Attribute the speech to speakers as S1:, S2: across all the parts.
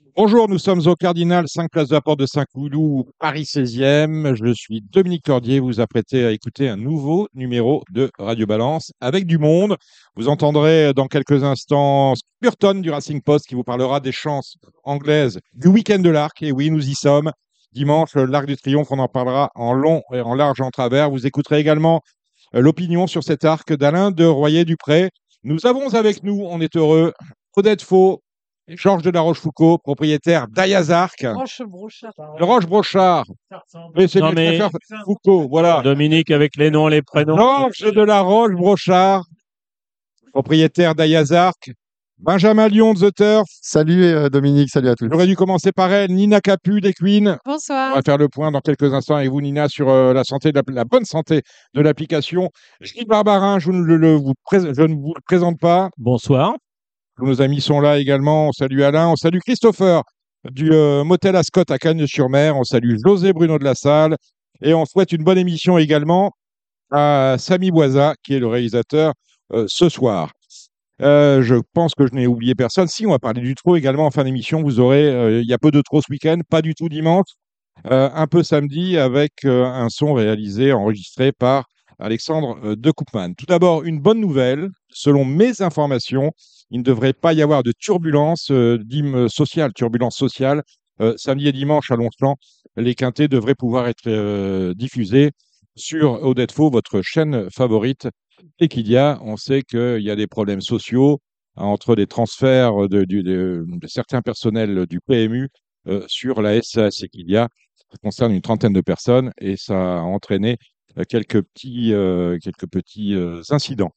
S1: Bonjour, nous sommes au Cardinal, 5 place de la Porte de Saint-Cloud, Paris 16e. Je suis Dominique Cordier. Vous vous apprêtez à écouter un nouveau numéro de Radio Balance avec du monde. Vous entendrez dans quelques instants Spurton du Racing Post qui vous parlera des chances anglaises du week-end de l'Arc. Et oui, nous y sommes. Dimanche, l'Arc du Triomphe, on en parlera en long et en large et en travers. Vous écouterez également l'opinion sur cet arc d'Alain de Royer-Dupré. Nous avons avec nous, on est heureux, Odette Faux, Georges de la Rochefoucauld, propriétaire d'Ayazarc. Le Roche-Brochard. Oui, c'est
S2: Non, mais
S1: Foucault, voilà.
S2: Dominique avec les noms, les prénoms.
S1: Georges de la Roche-Brochard, propriétaire d'Ayazarc. Benjamin Lyon de The Turf.
S3: Salut Dominique, salut à tous.
S1: J'aurais dû commencer par elle. Nina Capu des Queens.
S4: Bonsoir.
S1: On va faire le point dans quelques instants avec vous, Nina, sur la santé, la bonne santé de l'application. Gilles Barbarin, je ne vous le présente pas.
S2: Bonsoir.
S1: Tous nos amis sont là également. On salue Alain, on salue Christopher du Motel Ascot à Cagnes-sur-Mer. On salue José Bruno de la Salle. Et on souhaite une bonne émission également à Samy Boisa, qui est le réalisateur ce soir. Je pense que je n'ai oublié personne. Si, on va parler du trot également en fin d'émission. Vous aurez, il y a peu de trot ce week-end, pas du tout dimanche. Un peu samedi avec un son réalisé, enregistré par Alexandre de Koopman. Tout d'abord, une bonne nouvelle. Selon mes informations, il ne devrait pas y avoir de turbulence sociale. Samedi et dimanche à Longchamp, les quintés devraient pouvoir être diffusés sur Odette Faux, votre chaîne favorite. Et on sait qu'il y a des problèmes sociaux entre les transferts de certains personnels du PMU sur la SAS et ça concerne une trentaine de personnes et ça a entraîné quelques petits incidents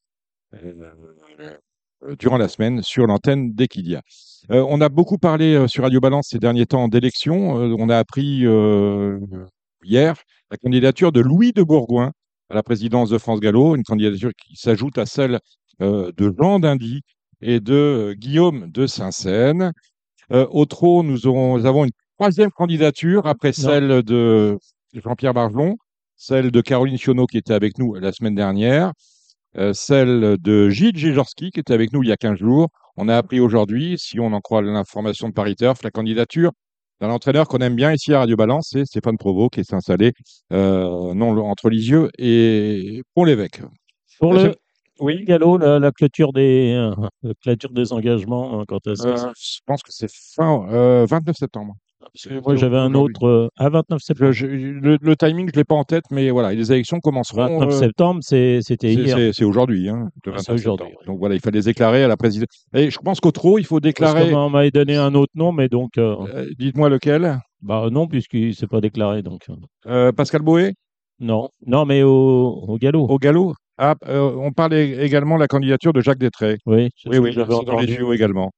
S1: durant la semaine sur l'antenne d'Equidia. On a beaucoup parlé sur Radio Balance ces derniers temps d'élections. On a appris hier la candidature de Louis de Bourgoin à la présidence de France Gallo, une candidature qui s'ajoute à celle de Jean d'Indy et de Guillaume de Saint-Seine. Au trot, nous avons une troisième candidature après celle de Jean-Pierre Bargelon, celle de Caroline Sionneau qui était avec nous la semaine dernière, celle de Gilles Géjorski qui était avec nous il y a 15 jours. On a appris aujourd'hui, si on en croit l'information de Paris Turf, la candidature d'un entraîneur qu'on aime bien ici à Radio Balance, c'est Stéphane Provost qui s'est installé entre Lisieux et Pont-l'Évêque.
S2: Pour oui, Gallo, la clôture des engagements, quand est-ce que
S1: je pense que c'est fin 29 septembre.
S2: Moi, j'avais un autre à 29 septembre.
S1: Le timing, je ne l'ai pas en tête, mais voilà, les élections commenceront.
S2: 29 septembre, c'était hier.
S1: C'est aujourd'hui. Hein,
S2: c'est aujourd'hui.
S1: Donc voilà, il faut les déclarer à la présidence. Et je pense qu'au trot, il faut déclarer.
S2: On m'avait donné un autre nom, mais donc.
S1: Dites-moi lequel.
S2: Bah non, puisqu'il ne s'est pas déclaré. Donc.
S1: Pascal Boé.
S2: Non, mais au galop.
S1: Au galop. Ah, on parle également de la candidature de Jacques Détré.
S2: Oui,
S1: j'avais dans les tuyaux également.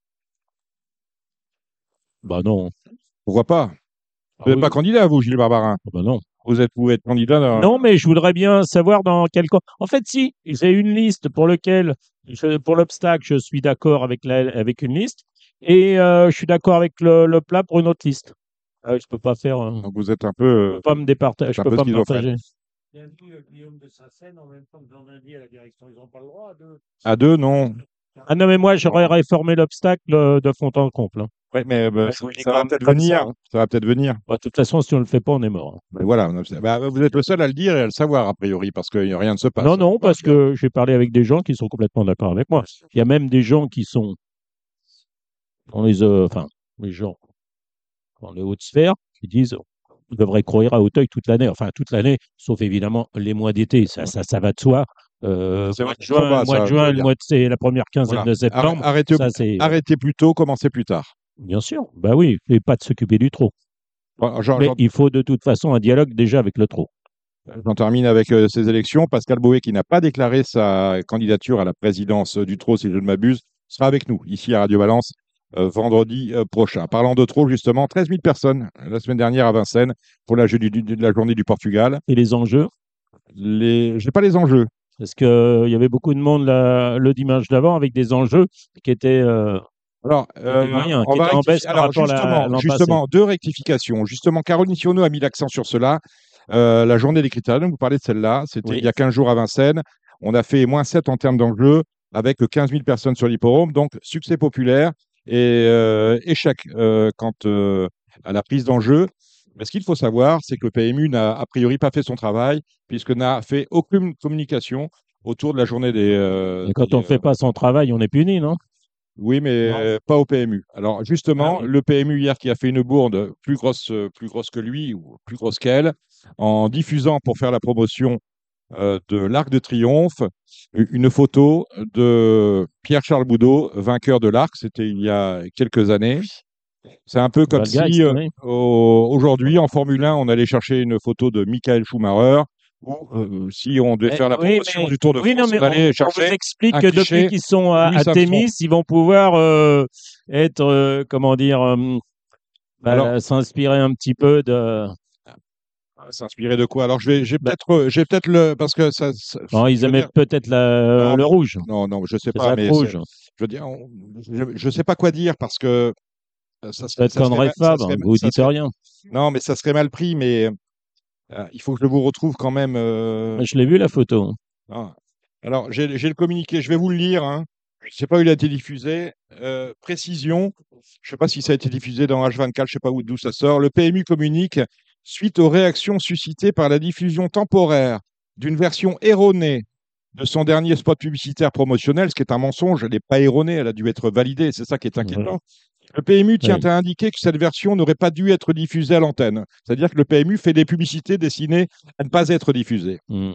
S2: Bah non.
S1: Pourquoi pas? Vous n'êtes pas candidat, vous, Gilles Barbarin?
S2: Bah non.
S1: Vous pouvez être candidat
S2: Non, mais je voudrais bien savoir dans quel camp. En fait, si, j'ai une liste pour l'obstacle, je suis d'accord avec une liste, et je suis d'accord avec le plat pour une autre liste. Je peux pas faire.
S1: Donc vous êtes un peu.
S2: Je peux pas me départager. Je peux pas me partager.
S5: Bien vu, Guillaume de Saint-Seine, en même temps que Jean d'Indy à la direction, ils n'ont pas le droit à deux.
S1: À deux, non.
S2: Ah non, mais moi, j'aurais réformé l'obstacle de fond en comble.
S1: Oui, mais ça va peut-être venir. Ça va peut-être venir.
S2: De toute façon, si on ne le fait pas, on est mort.
S1: Mais voilà, vous êtes le seul à le dire et à le savoir, a priori, parce que rien ne se passe.
S2: Non, parce que j'ai parlé avec des gens qui sont complètement d'accord avec moi. Il y a même des gens qui sont dans les gens dans les hautes sphères qui disent on devrait courir à Auteuil toute l'année. Enfin, toute l'année, sauf évidemment les mois d'été. Ça va de soi. Mois de juin, c'est la première quinzaine de septembre.
S1: Arrêtez plus tôt, commencez plus tard.
S2: Bien sûr, bah oui, et pas de s'occuper du trot. Mais il faut de toute façon un dialogue déjà avec le trot.
S1: J'en termine avec ces élections. Pascal Boé, qui n'a pas déclaré sa candidature à la présidence du trot, si je ne m'abuse, sera avec nous ici à Radio Balance vendredi prochain. Parlant de trot, justement, 13 000 personnes la semaine dernière à Vincennes pour la journée du Portugal.
S2: Et les enjeux?
S1: Je n'ai pas les enjeux.
S2: Parce qu'il y avait beaucoup de monde le dimanche d'avant avec des enjeux qui étaient
S1: on va en baisse par rapport à l'an passé. Deux rectifications. Justement, Caroline Sionneau a mis l'accent sur cela. La journée des critériums, vous parlez de celle-là, c'était il y a 15 jours à Vincennes. On a fait -7 en termes d'enjeux avec 15 000 personnes sur l'hipporome. Donc, succès populaire. et échec quant à la prise d'enjeu. Mais ce qu'il faut savoir, c'est que le PMU n'a a priori pas fait son travail, puisque n'a fait aucune communication autour de la journée
S2: Et quand on ne fait pas son travail, on est puni, non?
S1: oui, mais
S2: Non.
S1: pas au PMU. Alors
S2: Ah
S1: justement,
S2: oui.
S1: le PMU hier qui a fait une bourde plus grosse que lui ou plus grosse qu'elle, en diffusant pour faire la promotion de l'Arc de Triomphe, une photo de Pierre-Charles Boudot, vainqueur de l'Arc, c'était il y a quelques années. C'est un peu comme si
S2: Valgeist, oui.
S1: aujourd'hui en Formule 1, on allait chercher une photo de Michael Schumacher, ou si on devait faire la
S2: Oui,
S1: promotion
S2: mais
S1: du Tour de
S2: oui, non,
S1: France,
S2: mais
S1: on allait
S2: on vous
S1: chercher
S2: explique
S1: un
S2: que depuis
S1: cliché
S2: qu'ils sont
S1: Louis
S2: à
S1: Armstrong.
S2: Thémis, ils vont pouvoir être, comment dire,
S1: Alors,
S2: s'inspirer un petit peu de.
S1: s'inspirer de quoi? Alors,
S2: Bah,
S1: j'ai peut-être le, parce que
S2: bon, ils
S1: je veux
S2: aimaient
S1: dire,
S2: peut-être
S1: non,
S2: le
S1: mais,
S2: rouge,
S1: non, je sais
S2: le
S1: pas,
S2: sac
S1: mais
S2: rouge.
S1: je veux dire, je sais pas quoi dire parce que
S2: Peut-être Conrad Fabre, hein, vous
S1: ça
S2: dites
S1: serait,
S2: rien.
S1: non, mais ça serait mal pris, mais il faut que je vous retrouve quand même.
S2: Moi, je l'ai vu la photo.
S1: Ah. Alors, j'ai le communiqué, je vais vous le lire, hein. Je ne sais pas où il a été diffusé. Précision, je ne sais pas si ça a été diffusé dans H24, je ne sais pas d'où ça sort. Le PMU communique suite aux réactions suscitées par la diffusion temporaire d'une version erronée de son dernier spot publicitaire promotionnel, ce qui est un mensonge. Elle n'est pas erronée, elle a dû être validée. C'est ça qui est
S2: Voilà.
S1: inquiétant. Le PMU tient
S2: Oui.
S1: à indiquer que cette version n'aurait pas dû être diffusée à l'antenne. C'est-à-dire que le PMU fait des publicités destinées à ne pas être diffusées.
S2: Mm.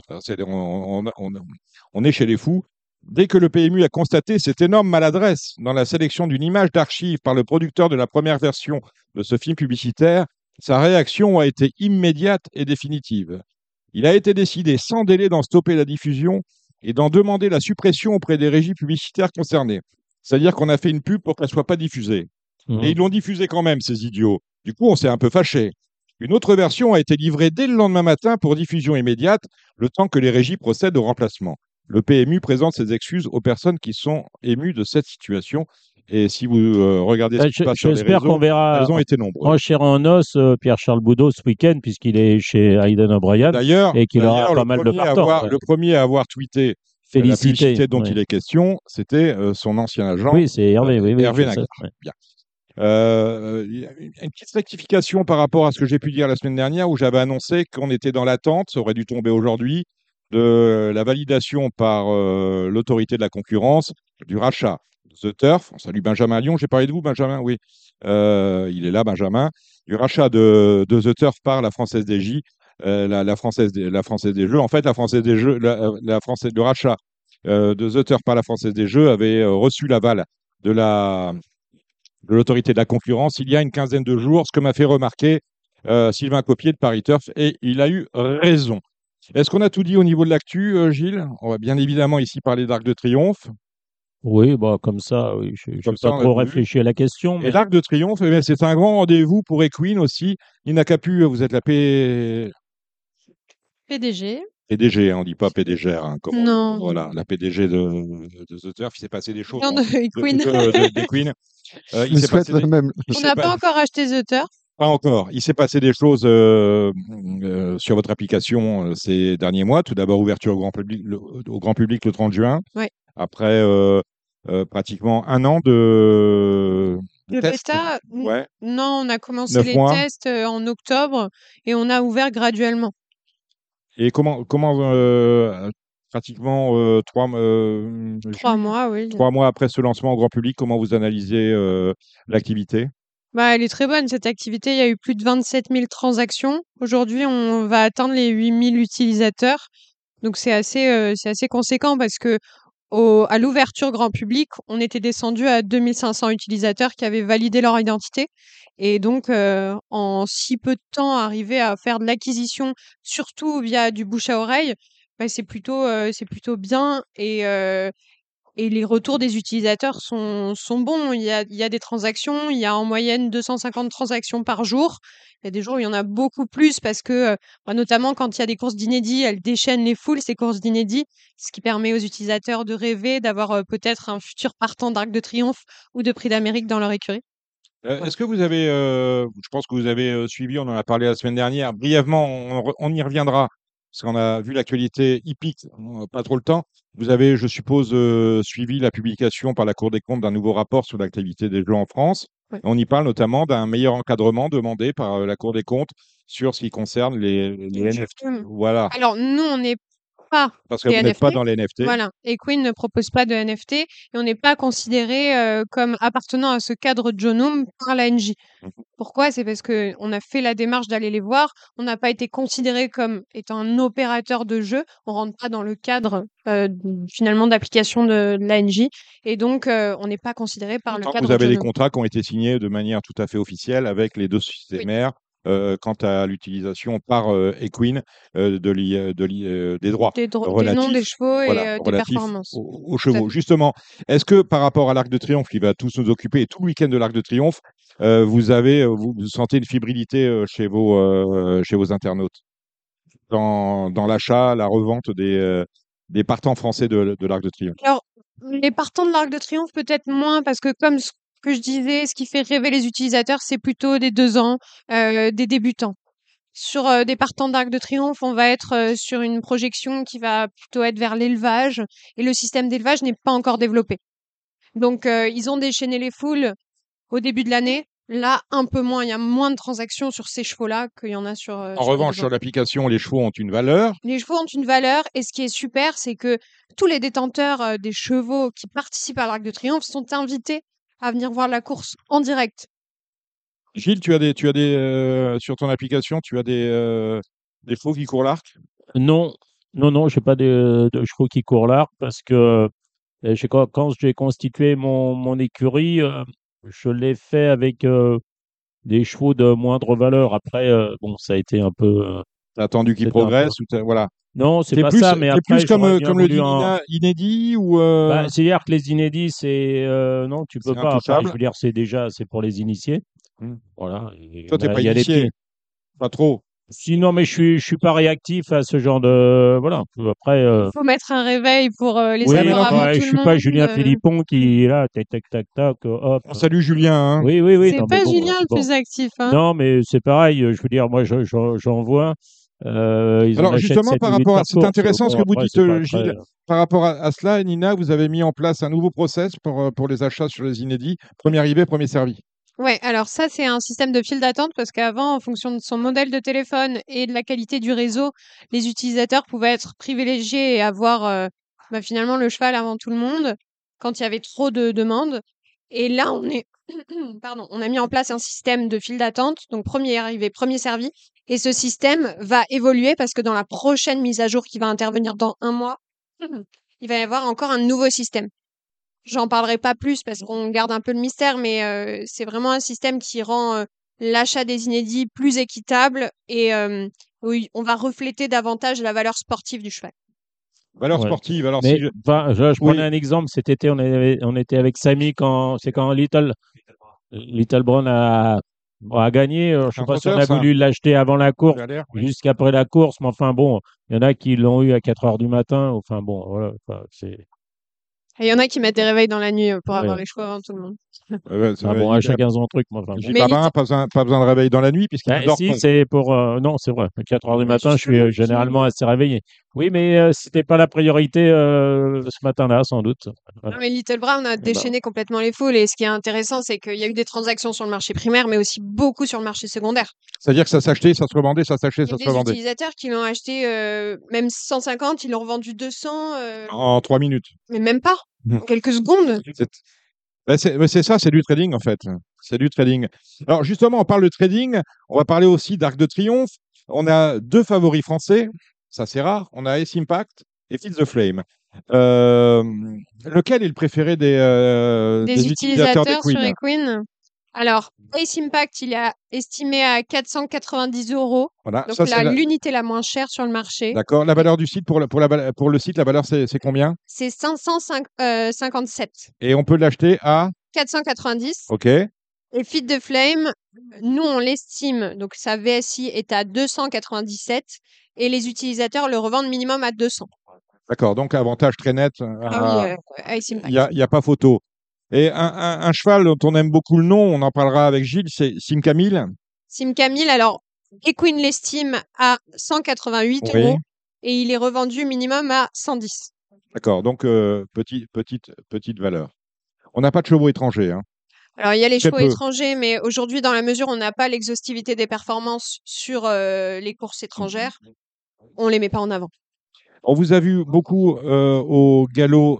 S1: On est chez les fous. Dès que le PMU a constaté cette énorme maladresse dans la sélection d'une image d'archive par le producteur de la première version de ce film publicitaire, sa réaction a été immédiate et définitive. Il a été décidé sans délai d'en stopper la diffusion et d'en demander la suppression auprès des régies publicitaires concernées. C'est-à-dire qu'on a fait une pub pour qu'elle ne soit pas diffusée. Et
S2: Mm.
S1: ils l'ont diffusée quand même, ces idiots. Du coup, on s'est un peu fâché. Une autre version a été livrée dès le lendemain matin pour diffusion immédiate, le temps que les régies procèdent au remplacement. Le PMU présente ses excuses aux personnes qui sont émues de cette situation. Et si vous regardez ce qui se passe sur les
S2: J'espère qu'on
S1: réseaux,
S2: verra
S1: elles ont été nombreuses.
S2: en chair et en os Pierre-Charles Boudot ce week-end, puisqu'il est chez Aidan O'Brien et qu'il aura
S1: D'ailleurs,
S2: pas mal de partants. Ouais.
S1: le premier à avoir tweeté la
S2: Félicité.
S1: publicité dont
S2: Oui,
S1: il est question, c'était son ancien agent,
S2: oui, c'est Hervé. Oui, oui,
S1: Hervé
S2: je sais.
S1: Nagar.
S2: Ouais.
S1: Bien. Une petite rectification par rapport à ce que j'ai pu dire la semaine dernière où j'avais annoncé qu'on était dans l'attente, ça aurait dû tomber aujourd'hui, de la validation par l'autorité de la concurrence du rachat de The Turf. On salue Benjamin Lyon, j'ai parlé de vous, Benjamin, oui. Il est là, Benjamin. Du rachat de The Turf par la Française des J, la Française des Jeux. En fait, la Française des Jeux, le rachat de The Turf par la Française des Jeux avait reçu l'aval de la de l'autorité de la concurrence il y a une quinzaine de jours, ce que m'a fait remarquer Sylvain Copier de Paris Turf, et il a eu raison. Est-ce qu'on a tout dit au niveau de l'actu, Gilles? On va bien évidemment ici parler d'Arc de Triomphe.
S2: Oui, bah, comme ça, oui, je n'ai
S1: Comme ça,
S2: pas
S1: on a
S2: trop
S1: tout vu.
S2: réfléchi à la question,
S1: Et
S2: mais
S1: l'Arc de Triomphe, eh bien, c'est un grand rendez-vous pour Equine aussi. Nina Capu, vous êtes la
S4: PDG.
S1: PDG, hein, on ne dit pas PDG, hein, comme
S4: Non.
S1: voilà, la PDG de The Turf. Il s'est passé des choses
S4: Non, de Queen.
S1: d'Equine.
S3: Je
S1: Il
S3: lui
S1: s'est
S3: souhaite
S1: passé
S3: le
S1: des,
S3: même.
S1: il
S4: On
S1: s'est
S4: n'a
S1: pas-
S4: pas encore acheté The Turf.
S1: Pas encore. Il s'est passé des choses sur votre application ces derniers mois. Tout d'abord, ouverture au grand public le 30 juin.
S4: Ouais.
S1: Après pratiquement un an de
S4: Le
S1: test.
S4: bêta,
S1: Ouais,
S4: non, on a commencé
S1: 9
S4: les
S1: mois.
S4: tests en octobre et on a ouvert graduellement.
S1: Et comment pratiquement
S4: 3 mois, oui.
S1: 3 mois après ce lancement au grand public, comment vous analysez l'activité?
S4: Bah, elle est très bonne, cette activité. Il y a eu plus de 27 000 transactions. Aujourd'hui, on va atteindre les 8 000 utilisateurs. Donc, c'est assez conséquent parce que à l'ouverture grand public, on était descendu à 2500 utilisateurs qui avaient validé leur identité. Et donc, en si peu de temps, arriver à faire de l'acquisition, surtout via du bouche à oreille, bah, c'est plutôt bien. Et les retours des utilisateurs sont bons. Il y a des transactions, il y a en moyenne 250 transactions par jour. Il y a des jours où il y en a beaucoup plus parce que, bah, notamment quand il y a des courses d'inédits, elles déchaînent les foules, ces courses d'inédits, ce qui permet aux utilisateurs de rêver, d'avoir peut-être un futur partant d'Arc de Triomphe ou de Prix d'Amérique dans leur écurie.
S1: Est-ce que vous avez, je pense que vous avez suivi, on en a parlé la semaine dernière, brièvement, on y reviendra. parce qu'on a vu l'actualité hippique, on n'a pas trop le temps. Vous avez, je suppose, suivi la publication par la Cour des comptes d'un nouveau rapport sur l'activité des jeux en France.
S4: Ouais.
S1: On y parle notamment d'un meilleur encadrement demandé par la Cour des comptes sur ce qui concerne les NFT.
S4: Exactement.
S1: Voilà,
S4: Alors, nous, on n'est pas
S1: parce que
S4: des
S1: vous n'êtes pas
S4: NFT.
S1: dans les NFT.
S4: Voilà. Equine ne propose pas de NFT et on n'est pas considéré comme appartenant à ce cadre Jonum par l'ANJ.
S1: Mhm.
S4: Pourquoi? C'est parce qu'on a fait la démarche d'aller les voir. On n'a pas été considéré comme étant un opérateur de jeu. On rentre pas dans le cadre finalement d'application de l'ANJ. Et donc, on n'est pas considéré par le
S1: Tant que
S4: cadre
S1: vous avez des
S4: Jonum.
S1: contrats qui ont été signés de manière tout à fait officielle avec les deux sociétés
S4: Oui.
S1: mères quant à l'utilisation par Equine des droits
S4: Des noms des
S1: relatifs,
S4: chevaux et
S1: voilà,
S4: des
S1: relatifs
S4: performances.
S1: aux
S4: Tout à
S1: chevaux.
S4: fait.
S1: Justement, est-ce que par rapport à l'Arc de Triomphe qui va tous nous occuper et tout le week-end de l'Arc de Triomphe, vous sentez une fébrilité chez vos internautes dans l'achat, la revente des partants français de l'Arc de Triomphe?
S4: Alors, les partants de l'Arc de Triomphe, peut-être moins, parce que comme ce que je disais, ce qui fait rêver les utilisateurs, c'est plutôt des 2 ans, des débutants. Sur des partants d'Arc de Triomphe, on va être sur une projection qui va plutôt être vers l'élevage, et le système d'élevage n'est pas encore développé. Donc, ils ont déchaîné les foules au début de l'année. Là, un peu moins. Il y a moins de transactions sur ces chevaux-là qu'il y en a sur,
S1: En
S4: sur
S1: revanche,
S4: d'autres.
S1: sur l'application, les chevaux ont une valeur.
S4: Les chevaux ont une valeur et ce qui est super, c'est que tous les détenteurs des chevaux qui participent à l'Arc de Triomphe sont invités à venir voir la course en direct.
S1: Gilles, sur ton application, tu as des chevaux qui courent l'arc?
S2: Non, non, j'ai pas de chevaux qui courent l'arc parce que quand j'ai constitué mon écurie, je l'ai fait avec des chevaux de moindre valeur. Après, bon, ça a été un peu.
S1: T'as attendu qu'ils
S2: C'était un peu.
S1: progressent voilà.
S2: Non, c'est pas ça, mais
S1: C'est plus
S2: après, j'aurais bien
S1: comme le
S2: voulu
S1: dit
S2: un.
S1: Nina, inédit ou
S2: Bah, c'est-à-dire que les inédits, non, tu peux
S1: c'est
S2: pas. Enfin, je
S1: intouchable?
S2: veux dire, c'est pour les initiés.
S1: Hmm.
S2: Voilà. Et
S1: Toi, t'es pas
S2: il y a des
S1: initié,
S2: petits.
S1: pas trop.
S2: Sinon, mais je suis pas réactif à ce genre de. Voilà. Après.
S4: Il faut mettre un réveil pour les
S2: Oui,
S4: savoir avant
S2: enfin,
S4: tout
S2: je
S4: le
S2: suis pas
S4: monde.
S2: Julien Philippon qui est là, tac, tac, tac, tac, hop.
S1: On salue Julien, hein.
S2: Oui, oui,
S4: C'est
S2: non, mais
S4: pas
S2: bon,
S4: Julien le
S2: bon.
S4: plus actif, hein.
S2: Non, mais c'est pareil. Je veux dire, moi, j'en vois. Ils en
S1: Alors
S2: achètent
S1: justement,
S2: 7
S1: par
S2: ou 8
S1: rapport à,
S2: par
S1: c'est
S2: course.
S1: intéressant ce
S2: Bon,
S1: que vous
S2: après,
S1: dites,
S2: c'est pas très.
S1: Gilles. Par rapport à cela, Nina, vous avez mis en place un nouveau process pour les achats sur les inédits. Premier arrivé, premier servi.
S4: Ouais, alors ça, c'est un système de file d'attente parce qu'avant, en fonction de son modèle de téléphone et de la qualité du réseau, les utilisateurs pouvaient être privilégiés et avoir finalement le cheval avant tout le monde quand il y avait trop de demandes. Et là, pardon, on a mis en place un système de file d'attente, donc premier arrivé, premier servi. Et ce système va évoluer parce que dans la prochaine mise à jour qui va intervenir dans 1 mois, il va y avoir encore un nouveau système. J'en parlerai pas plus parce qu'on garde un peu le mystère, mais c'est vraiment un système qui rend l'achat des inédits plus équitable et oui, on va refléter davantage la valeur sportive du cheval.
S1: Valeur
S2: Ouais.
S1: sportive. Alors
S2: Mais
S1: si je...
S2: enfin, je
S1: Oui.
S2: prenais un exemple. Cet été, on était avec Samy quand Little Brown a gagné. Je sais
S1: Un
S2: pas si on
S1: trotteur,
S2: a
S1: ça?
S2: voulu l'acheter avant la course,
S1: Ça a l'air, oui.
S2: jusqu'après la course, mais enfin bon, il y en a qui l'ont eu à 4 heures du matin. Enfin bon, voilà. Enfin, c'est.
S4: Et il y en a qui mettent des réveils dans la nuit pour avoir
S2: Ouais.
S4: les chevaux avant tout le monde.
S2: Ah bon, à chacun son truc. Mais enfin, bon.
S1: Gilles
S4: Mais
S1: Babin, pas besoin de réveil dans la nuit puisqu'il ne dort
S2: Si,
S1: pas.
S2: c'est pour. Non, c'est vrai. À 4 heures du matin, je suis
S4: Justement,
S2: généralement assez réveillé. Oui, mais c'était pas la priorité ce matin-là, sans doute. Voilà.
S4: Non, mais Little Brown a déchaîné complètement les foules et ce qui est intéressant, c'est qu'il y a eu des transactions sur le marché primaire, mais aussi beaucoup sur le marché secondaire.
S1: C'est-à-dire que ça s'achetait, ça se revendait, ça s'achetait,
S4: Il y
S1: ça
S4: a
S1: se
S4: des
S1: revendait.
S4: utilisateurs qui l'ont acheté même 150, ils l'ont revendu 200,
S1: En 3 minutes.
S4: mais même pas,
S1: Mhm.
S4: en quelques secondes.
S1: C'est ça, c'est du trading en fait. C'est du trading. Alors justement, on parle de trading, on va parler aussi d'Arc de Triomphe. On a 2 favoris français, ça c'est rare. On a Ace Impact et Feed the Flame. Lequel est le préféré des utilisateurs
S4: Utilisateurs sur
S1: d'Equine?
S4: Equine. Alors, Ace Impact, il est estimé à 490 €.
S1: Voilà,
S4: Donc
S1: ça c'est
S4: l'unité la moins chère sur le marché.
S1: d'accord. La valeur du site pour le site, la valeur c'est combien?
S4: C'est 557.
S1: Et on peut l'acheter à
S4: 490.
S1: OK.
S4: Et Feed the Flame, nous, on l'estime. Donc, sa VSI est à 297. Et les utilisateurs le revendent minimum à 200.
S1: D'accord, donc avantage très net.
S4: Ah oui, Ace
S1: Il
S4: Impact.
S1: n'y a pas photo. Et un cheval dont on aime beaucoup le nom, on en parlera avec Gilles, c'est Sim Camille.
S4: Sim Camille, alors, Equine l'estime à 188
S1: Oui.
S4: €. et il est revendu minimum à 110.
S1: D'accord, donc petite valeur. On n'a pas de chevaux étrangers, hein.
S4: Alors, il y a les
S1: Très
S4: chevaux
S1: peu.
S4: étrangers, mais aujourd'hui, dans la mesure où on n'a pas l'exhaustivité des performances sur les courses étrangères, on les met pas en avant.
S1: On vous a vu beaucoup au galop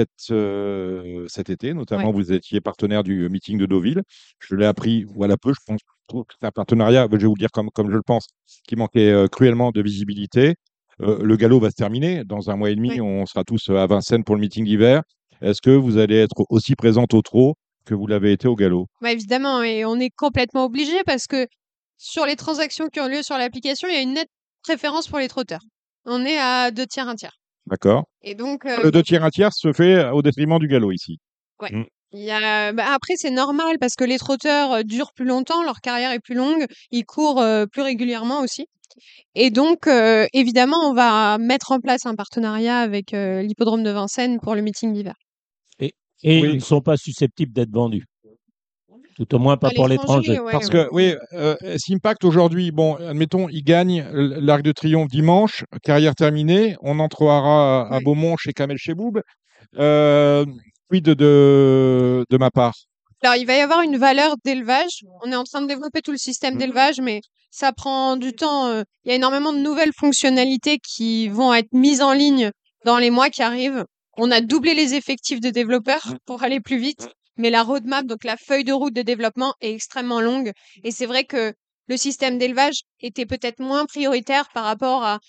S1: cet été, notamment
S4: Ouais.
S1: vous étiez partenaire du meeting de Deauville. Je l'ai appris, voilà peu, je trouve que c'est un partenariat, je vais vous le dire comme je le pense, qui manquait cruellement de visibilité. Le galop va se terminer. Dans un mois et demi,
S4: Oui.
S1: on sera tous à Vincennes pour le meeting d'hiver. Est-ce que vous allez être aussi présente au trot que vous l'avez été au galop?
S4: Bah, évidemment, et on est complètement obligé parce que sur les transactions qui ont lieu sur l'application, il y a une nette préférence pour les trotteurs. On est à 2 tiers, 1 tiers.
S1: D'accord.
S4: Et donc,
S1: Le 2 tiers, 1 tiers se fait au détriment du galop ici.
S4: ouais.
S1: Mm.
S4: Il y a, bah, après, c'est normal parce que les trotteurs durent plus longtemps, leur carrière est plus longue, ils courent plus régulièrement aussi. Et donc, évidemment, on va mettre en place un partenariat avec l'hippodrome de Vincennes pour le meeting d'hiver.
S2: Et
S1: Oui.
S2: ils ne sont pas susceptibles d'être vendus. Tout au moins pas
S4: À
S2: pour l'étranger.
S4: ouais,
S1: Parce
S4: ouais.
S1: que, oui, Simpact aujourd'hui, bon, admettons, il gagne l'Arc de Triomphe dimanche, carrière terminée, on entrera à
S4: Ouais.
S1: Beaumont chez Kamel Cheboub. Euh, Quid de ma part?
S4: Alors, il va y avoir une valeur d'élevage. On est en train de développer tout le système d'élevage, mais ça prend du temps. Il y a énormément de nouvelles fonctionnalités qui vont être mises en ligne dans les mois qui arrivent. On a doublé les effectifs de développeurs pour aller plus vite, mais la roadmap, donc la feuille de route de développement, est extrêmement longue. Et c'est vrai que le système d'élevage était peut-être moins prioritaire par rapport à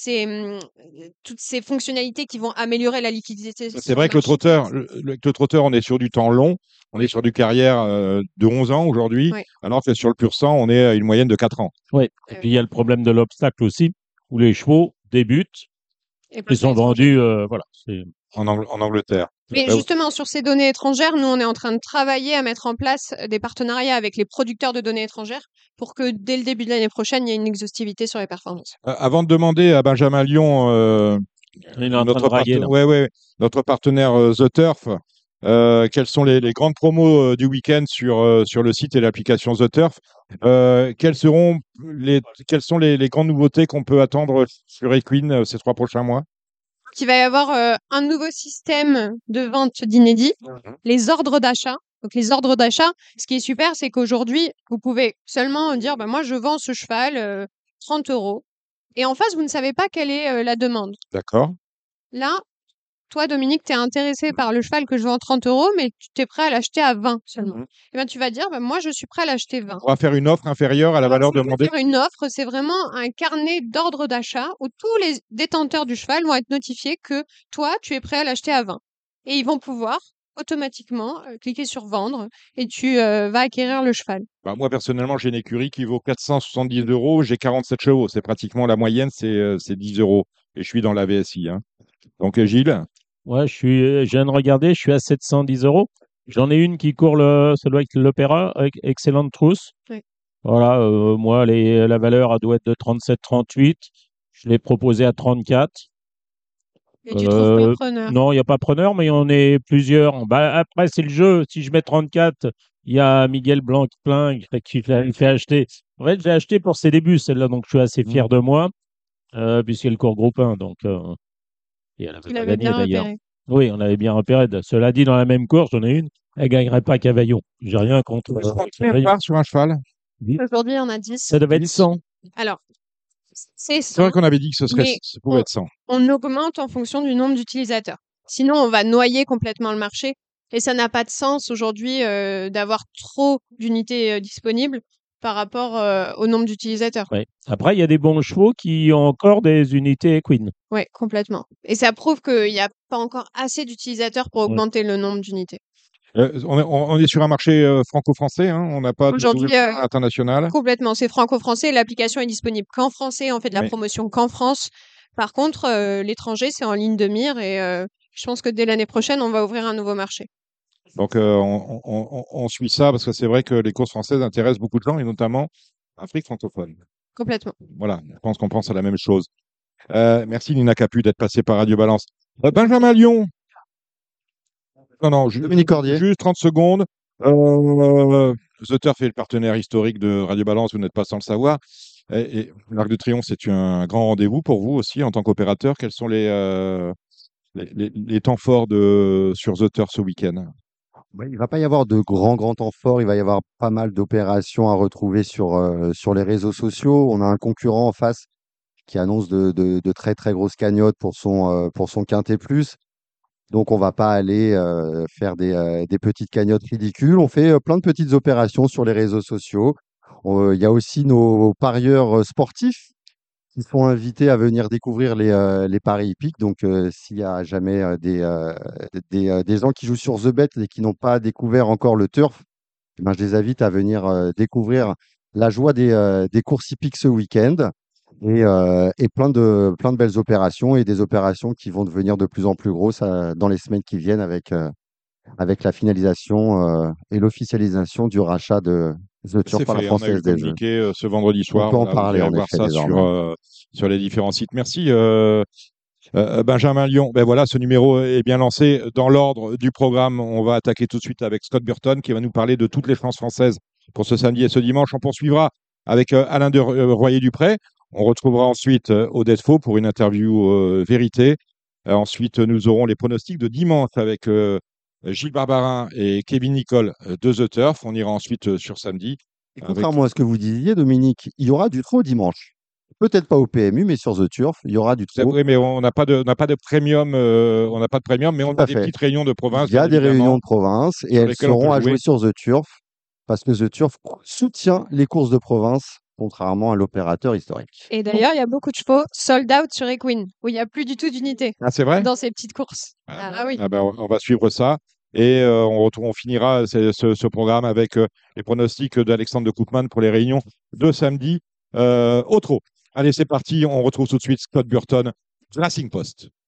S4: toutes ces fonctionnalités qui vont améliorer la liquidité.
S1: C'est
S4: sur
S1: vrai que le
S4: marché.
S1: trotteur, avec le trotteur, on est sur du temps long, on est sur du carrière de 11 ans aujourd'hui,
S4: Ouais.
S1: alors que sur le pur sang, on est à une moyenne de 4 ans.
S2: Oui. Et puis il y a le problème de l'obstacle aussi, où les chevaux débutent,
S4: Et
S2: ils
S4: passent à
S2: sont
S4: l'étranger.
S2: vendus, voilà.
S1: En Angleterre.
S4: Mais justement, sur ces données étrangères, nous, on est en train de travailler à mettre en place des partenariats avec les producteurs de données étrangères pour que dès le début de l'année prochaine, il y ait une exhaustivité sur les performances.
S1: Avant de demander à Benjamin Lyon,
S2: Il est en train de draguer, là.
S1: notre partenaire The Turf, quelles sont les grandes promos du week-end sur le site et l'application The Turf? Quelles sont les grandes nouveautés qu'on peut attendre sur Equine ces 3 prochains mois?
S4: Il va y avoir un nouveau système de vente d'inédits, les ordres d'achat. Donc, les ordres d'achat, ce qui est super, c'est qu'aujourd'hui, vous pouvez seulement dire, bah, moi, je vends ce cheval 30 euros. Et en face, vous ne savez pas quelle est la demande.
S1: D'accord.
S4: Là, toi, Dominique, tu es intéressé par le cheval que je vends 30 euros, mais tu es prêt à l'acheter à 20 seulement.
S1: Mhm.
S4: Et ben, tu vas dire, bah, moi, je suis prêt à l'acheter 20.
S1: On va faire une offre inférieure à la
S4: Alors,
S1: valeur
S4: c'est pas
S1: demandée.
S4: faire une offre, c'est vraiment un carnet d'ordre d'achat où tous les détenteurs du cheval vont être notifiés que toi, tu es prêt à l'acheter à 20. Et ils vont pouvoir automatiquement cliquer sur vendre et tu vas acquérir le cheval.
S1: Bah, moi, personnellement, j'ai une écurie qui vaut 470 euros. J'ai 47 chevaux. C'est pratiquement la moyenne, c'est 10 euros. Et je suis dans la VSI, hein. Donc, Gilles,
S2: Ouais, je viens de regarder, je suis à 710 euros. J'en ai une qui court celle avec l'Opéra, avec excellente trousse.
S4: Oui.
S2: Voilà, moi, la valeur elle doit être de 37-38. Je l'ai proposé à 34.
S4: Et tu trouves pas preneur.
S2: Non, il n'y a pas preneur, mais on est plusieurs. Bah, après, c'est le jeu. Si je mets 34, il y a Miguel Blanc-Plein qui fait acheter. En fait, j'ai acheté pour ses débuts, celle-là, donc je suis assez fier de moi, puisqu'elle le court groupe 1. Donc, et elle avait
S4: Il
S2: pas
S4: avait
S2: gagné
S4: bien
S2: d'ailleurs.
S4: repéré.
S2: Oui, on avait bien repéré. Cela dit, dans la même course, j'en ai une, elle gagnerait pas Cavaillon. J'ai rien contre
S1: combien
S2: Cavaillon.
S1: part sur un cheval?
S4: Aujourd'hui, on a 10.
S2: Ça devait être
S1: 10.
S2: 100.
S4: Alors, c'est
S1: C'est vrai
S4: 100,
S1: qu'on avait dit que
S4: mais
S1: ça pouvait être 100.
S4: on augmente en fonction du nombre d'utilisateurs. Sinon, on va noyer complètement le marché. Et ça n'a pas de sens aujourd'hui d'avoir trop d'unités disponibles par rapport au nombre d'utilisateurs.
S2: Ouais. Après, il y a des bons chevaux qui ont encore des unités Equine.
S4: Oui, complètement. Et ça prouve qu'il n'y a pas encore assez d'utilisateurs pour augmenter le nombre d'unités.
S1: On est sur un marché franco-français, hein. On n'a pas de
S4: Aujourd'hui,
S1: couverture internationale.
S4: complètement. C'est franco-français. L'application est disponible qu'en français. On fait de la
S1: Oui.
S4: promotion qu'en France. Par contre, l'étranger, c'est en ligne de mire. Et je pense que dès l'année prochaine, on va ouvrir un nouveau marché.
S1: Donc, on suit ça parce que c'est vrai que les courses françaises intéressent beaucoup de gens et notamment l'Afrique francophone.
S4: Complètement.
S1: Voilà, je pense qu'on pense à la même chose. Merci Nina Capu d'être passée par Radio Balance. Benjamin Lyon. Non,
S3: Dominique Cordier.
S1: juste 30 secondes. The Turf est le partenaire historique de Radio Balance, vous n'êtes pas sans le savoir. Et l'Arc de Triomphe, c'est un grand rendez-vous pour vous aussi en tant qu'opérateur. Quels sont les temps forts sur The Turf ce week-end?
S3: Il ne va pas y avoir de grands temps forts. Il va y avoir pas mal d'opérations à retrouver sur les réseaux sociaux. On a un concurrent en face qui annonce de très très grosses cagnottes pour son Quintet Plus. Donc on va pas aller faire des petites cagnottes ridicules. On fait plein de petites opérations sur les réseaux sociaux. Il y a aussi nos parieurs sportifs qui sont invités à venir découvrir les paris hippiques. Donc s'il y a jamais des gens qui jouent sur The Bet et qui n'ont pas découvert encore le turf, eh ben, je les invite à venir découvrir la joie des courses hippiques ce week-end et plein de belles opérations et des opérations qui vont devenir de plus en plus grosses dans les semaines qui viennent avec la finalisation et l'officialisation du rachat de The Turf
S1: C'est
S3: par la
S1: fait, on a eu
S3: Française
S1: le
S3: des Jeux.
S1: communiqué ce vendredi
S3: On
S1: soir.
S3: peut en
S1: Voilà, vous
S3: parler
S1: irez
S3: en
S1: voir
S3: effet
S1: ça
S3: désormais.
S1: sur les différents sites. Merci Benjamin Lyon. Ben voilà, ce numéro est bien lancé. Dans l'ordre du programme, on va attaquer tout de suite avec Scott Burton qui va nous parler de toutes les chances françaises pour ce samedi et ce dimanche. On poursuivra avec Alain de Royer-Dupré. On retrouvera ensuite Odette Faux pour une interview vérité. Ensuite, nous aurons les pronostics de dimanche avec Gilles Barbarin et Kevin Nicole de The Turf. On ira ensuite sur samedi.
S3: Et
S1: Avec...
S3: contrairement à ce que vous disiez, Dominique, il y aura du trot dimanche. Peut-être pas au PMU, mais sur The Turf, il y aura du trot.
S1: Oui, mais on n'a pas de premium, on n'a pas de premium, mais on
S3: Tout
S1: a
S3: à
S1: des
S3: fait.
S1: petites réunions de province,
S3: Il y a
S1: bien
S3: des réunions
S1: évidemment,
S3: de province et
S1: sur
S3: elles
S1: lesquelles on peut
S3: seront à
S1: jouer.
S3: jouer sur The Turf parce que The Turf soutient les courses de province, contrairement à l'opérateur historique.
S4: Et d'ailleurs, il y a beaucoup de chevaux sold out sur Equine, où il n'y a plus du tout d'unité
S1: Ah, c'est vrai?
S4: dans ces petites courses.
S1: Ah,
S4: Ah oui.
S1: ah ben, on va suivre ça. Et on finira ce programme avec les pronostics d'Alexandre de Koopman pour les réunions de samedi au trot. Allez, c'est parti. On retrouve tout de suite Scott Burton, Racing Post.